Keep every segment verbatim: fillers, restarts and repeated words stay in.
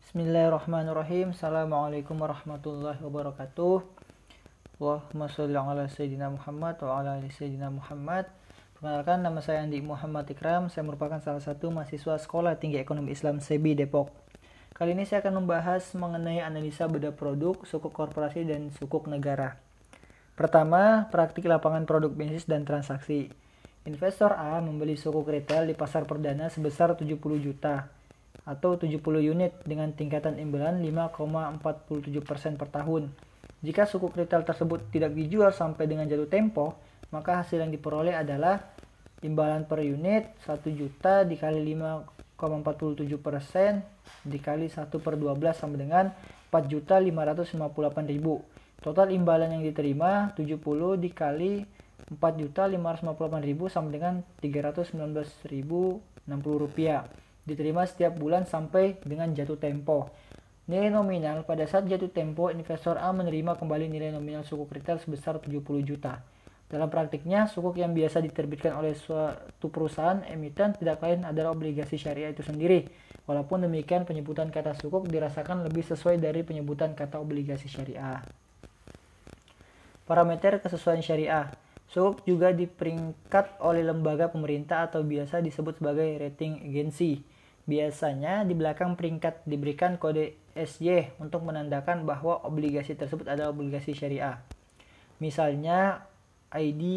Bismillahirrahmanirrahim. Assalamualaikum warahmatullahi wabarakatuh. Allahumma sholli ala sayyidina Muhammad wa ala ali sayyidina Muhammad. Perkenalkan, nama saya Andi Muhammad Ikram. Saya merupakan salah satu mahasiswa Sekolah Tinggi Ekonomi Islam SEBI Depok. Kali ini saya akan membahas mengenai analisa beda produk, sukuk korporasi, dan sukuk negara. Pertama, praktik lapangan produk bisnis dan transaksi. Investor A membeli sukuk retail di pasar perdana sebesar tujuh puluh juta atau tujuh puluh unit dengan tingkatan imbalan lima koma empat tujuh persen per tahun. Jika sukuk retail tersebut tidak dijual sampai dengan jatuh tempo, maka hasil yang diperoleh adalah imbalan per unit satu juta dikali lima koma empat tujuh persen dikali satu per dua belas sama dengan empat juta lima ratus lima puluh delapan ribu. Total imbalan yang diterima tujuh puluh dikali empat juta lima ratus lima puluh delapan ribu sama dengan tiga ratus sembilan belas ribu enam puluh rupiah. Diterima setiap bulan sampai dengan jatuh tempo. Nilai nominal: pada saat jatuh tempo, investor A menerima kembali nilai nominal sukuk retail sebesar tujuh puluh juta. Dalam praktiknya, sukuk yang biasa diterbitkan oleh suatu perusahaan emiten tidak lain adalah obligasi syariah itu sendiri. Walaupun demikian, penyebutan kata sukuk dirasakan lebih sesuai dari penyebutan kata obligasi syariah. Parameter kesesuaian syariah. Sukuk juga diperingkat oleh lembaga pemerintah atau biasa disebut sebagai rating agency. Biasanya di belakang peringkat diberikan kode S Y untuk menandakan bahwa obligasi tersebut adalah obligasi syariah. Misalnya I D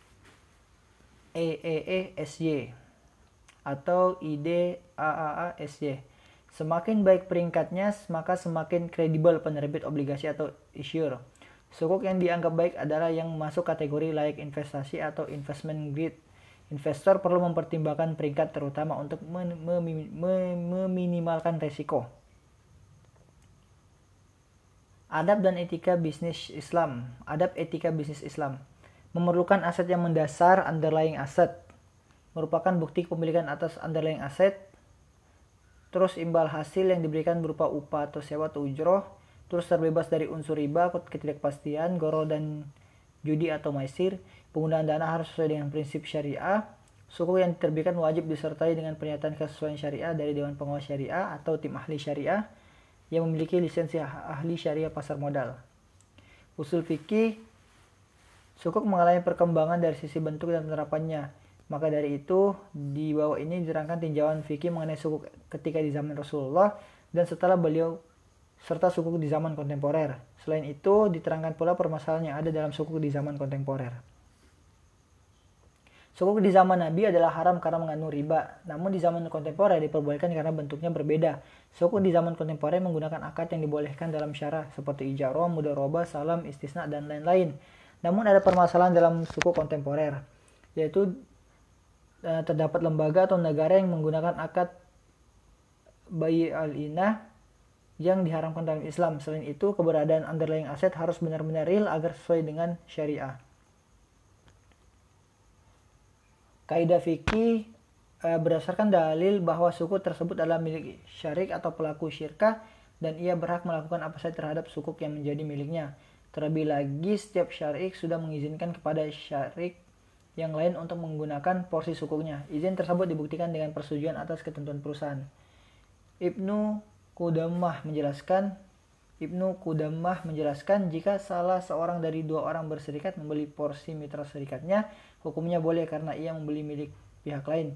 E E E S Y atau I D A A A S Y. Semakin baik peringkatnya, maka semakin kredibel penerbit obligasi atau issuer. Sukuk yang dianggap baik adalah yang masuk kategori layak investasi atau investment grade. Investor perlu mempertimbangkan peringkat terutama untuk meminimalkan resiko. Adab dan etika bisnis Islam. Adab etika bisnis Islam memerlukan aset yang mendasar underlying asset, merupakan bukti kepemilikan atas underlying aset, terus imbal hasil yang diberikan berupa upah atau sewa atau ujroh, terus terbebas dari unsur riba, ketidakpastian, goro dan judi atau maisir. Penggunaan dana harus sesuai dengan prinsip syariah. Sukuk yang diterbitkan wajib disertai dengan pernyataan kesesuaian syariah dari Dewan Pengawas Syariah atau tim ahli syariah yang memiliki lisensi ahli syariah pasar modal. Usul fikih, sukuk mengalami perkembangan dari sisi bentuk dan penerapannya. Maka dari itu, di bawah ini diterangkan tinjauan fikih mengenai sukuk ketika di zaman Rasulullah dan setelah beliau serta sukuk di zaman kontemporer. Selain itu, diterangkan pula permasalahan yang ada dalam sukuk di zaman kontemporer. Sukuk di zaman Nabi adalah haram karena mengandung riba, namun di zaman kontemporer diperbolehkan karena bentuknya berbeda. Sukuk di zaman kontemporer menggunakan akad yang dibolehkan dalam syarah seperti ijarah, mudharabah, salam, istisna, dan lain-lain. Namun ada permasalahan dalam sukuk kontemporer, yaitu eh, terdapat lembaga atau negara yang menggunakan akad bai al-inah yang diharamkan dalam Islam. Selain itu, keberadaan underlying aset harus benar-benar real agar sesuai dengan syariah. Kaidah fikih e, berdasarkan dalil bahwa suku tersebut adalah milik syarik atau pelaku syirkah dan ia berhak melakukan apa saja terhadap sukuk yang menjadi miliknya. Terlebih lagi, setiap syarik sudah mengizinkan kepada syarik yang lain untuk menggunakan porsi sukuknya. Izin tersebut dibuktikan dengan persetujuan atas ketentuan perusahaan. Ibnu Qudamah menjelaskan, Ibnu Qudamah menjelaskan jika salah seorang dari dua orang berserikat membeli porsi mitra serikatnya, hukumnya boleh karena ia membeli milik pihak lain.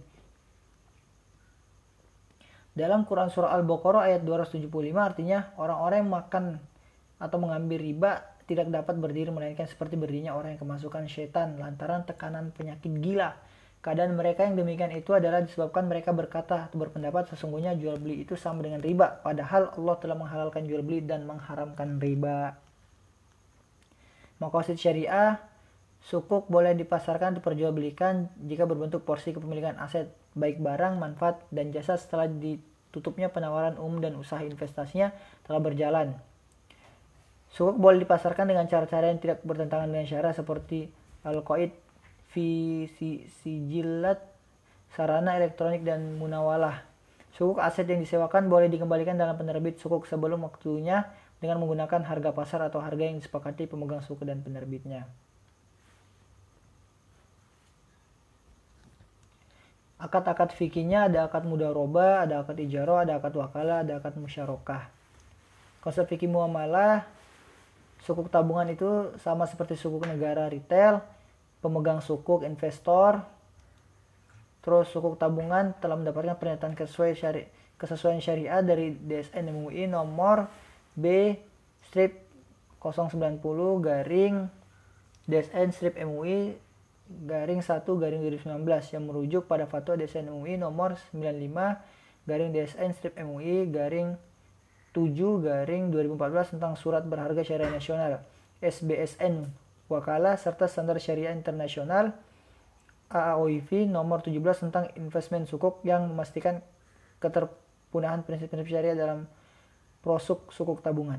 Dalam Quran Surah Al-Baqarah ayat dua ratus tujuh puluh lima artinya, orang-orang yang makan atau mengambil riba tidak dapat berdiri melainkan seperti berdirinya orang yang kemasukan syaitan lantaran tekanan penyakit gila. Keadaan mereka yang demikian itu adalah disebabkan mereka berkata atau berpendapat sesungguhnya jual beli itu sama dengan riba, padahal Allah telah menghalalkan jual beli dan mengharamkan riba. Maqasid syariah, sukuk boleh dipasarkan diperjualbelikan jika berbentuk porsi kepemilikan aset, baik barang, manfaat, dan jasa setelah ditutupnya penawaran umum dan usaha investasinya telah berjalan. Sukuk boleh dipasarkan dengan cara-cara yang tidak bertentangan dengan syariah seperti al-qaid fi sijilat, sarana elektronik, dan munawalah. Sukuk aset yang disewakan boleh dikembalikan dalam penerbit sukuk sebelum waktunya dengan menggunakan harga pasar atau harga yang disepakati pemegang sukuk dan penerbitnya. Akad-akad fikihnya ada akad mudharabah, ada akad ijarah, ada akad wakalah, ada akad musyarakah. Konsep fikih muamalah, sukuk tabungan itu sama seperti sukuk negara retail, pemegang sukuk investor. Terus sukuk tabungan telah mendapatkan pernyataan kesesuaian syari kesesuaian syariah dari D S N M U I nomor B strip nol sembilan nol garing D S N strip M U I garing satu garing dua ribu sembilan belas yang merujuk pada fatwa D S N M U I nomor sembilan puluh lima garing D S N strip M U I garing tujuh garing dua ribu empat belas tentang surat berharga syariah nasional S B S N wakalah serta standar syariah internasional A A O I V nomor tujuh belas tentang investment sukuk yang memastikan keterpunahan prinsip-prinsip syariah dalam prosuk sukuk tabungan.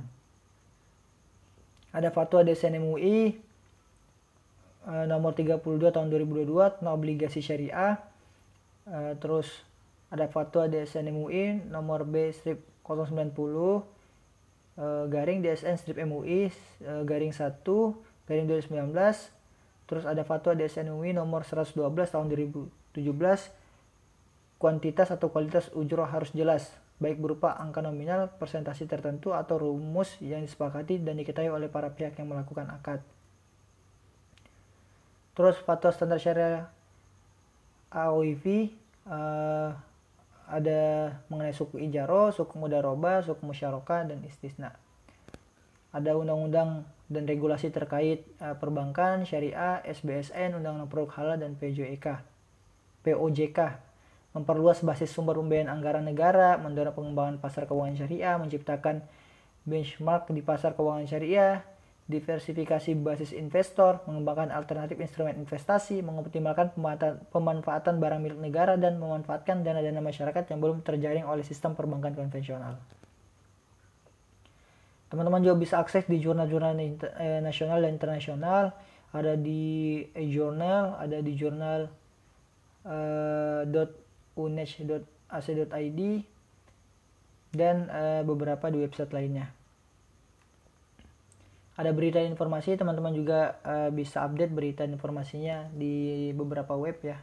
Ada fatwa D S N M U I uh, nomor tiga puluh dua tahun dua ribu dua puluh dua tentang obligasi syariah. Uh, terus ada fatwa D S N M U I nomor B strip nol sembilan nol uh, garing D S N strip M U I uh, garing satu garing dua ribu sembilan belas. Terus ada fatwa D S N M U I nomor seratus dua belas tahun dua ribu tujuh belas, kuantitas atau kualitas ujroh harus jelas, baik berupa angka nominal, persentase tertentu, atau rumus yang disepakati dan diketahui oleh para pihak yang melakukan akad. Terus fatwa standar syariah A O I V uh, ada mengenai suku ijarah, suku mudharabah, suku musyarakah, dan istisna. Ada undang-undang dan regulasi terkait uh, perbankan, syariah, S B S N, undang-undang produk halal, dan P J K. P O J K. Memperluas basis sumber pembiayaan anggaran negara, mendorong pengembangan pasar keuangan syariah, menciptakan benchmark di pasar keuangan syariah, diversifikasi basis investor, mengembangkan alternatif instrumen investasi, mengoptimalkan pemanfaatan barang milik negara, dan memanfaatkan dana-dana masyarakat yang belum terjaring oleh sistem perbankan konvensional. Teman-teman juga bisa akses di jurnal-jurnal eh, nasional dan internasional. Ada di e-journal, ada di jurnal uh, .u n e s dot a c dot i d dan uh, beberapa di website lainnya. Ada berita dan informasi, teman-teman juga uh, bisa update berita dan informasinya di beberapa web ya.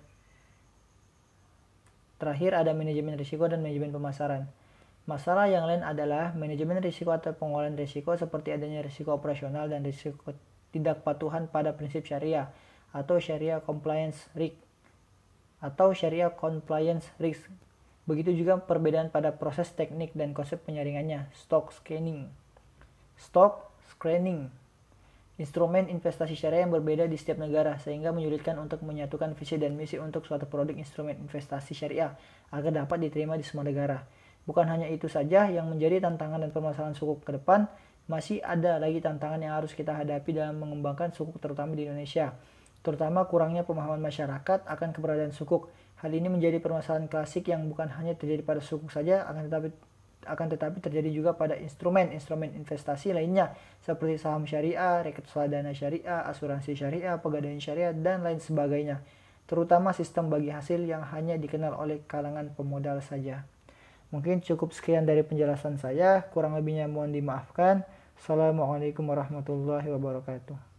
Terakhir ada manajemen risiko dan manajemen pemasaran. Masalah yang lain adalah manajemen risiko atau pengelolaan risiko seperti adanya risiko operasional dan risiko tidak patuhan pada prinsip syariah atau syariah compliance risk atau syariah compliance risk. Begitu juga perbedaan pada proses teknik dan konsep penyaringannya, stock scanning. Stock screening. Instrumen investasi syariah yang berbeda di setiap negara sehingga menyulitkan untuk menyatukan visi dan misi untuk suatu produk instrumen investasi syariah agar dapat diterima di semua negara. Bukan hanya itu saja yang menjadi tantangan dan permasalahan sukuk ke depan, masih ada lagi tantangan yang harus kita hadapi dalam mengembangkan sukuk terutama di Indonesia, terutama kurangnya pemahaman masyarakat akan keberadaan sukuk. Hal ini menjadi permasalahan klasik yang bukan hanya terjadi pada sukuk saja, akan tetapi akan tetapi terjadi juga pada instrumen-instrumen investasi lainnya seperti saham syariah, reksadana syariah, asuransi syariah, pegadaian syariah, dan lain sebagainya, terutama sistem bagi hasil yang hanya dikenal oleh kalangan pemodal saja. Mungkin cukup sekian dari penjelasan saya, kurang lebihnya mohon dimaafkan. Assalamualaikum warahmatullahi wabarakatuh.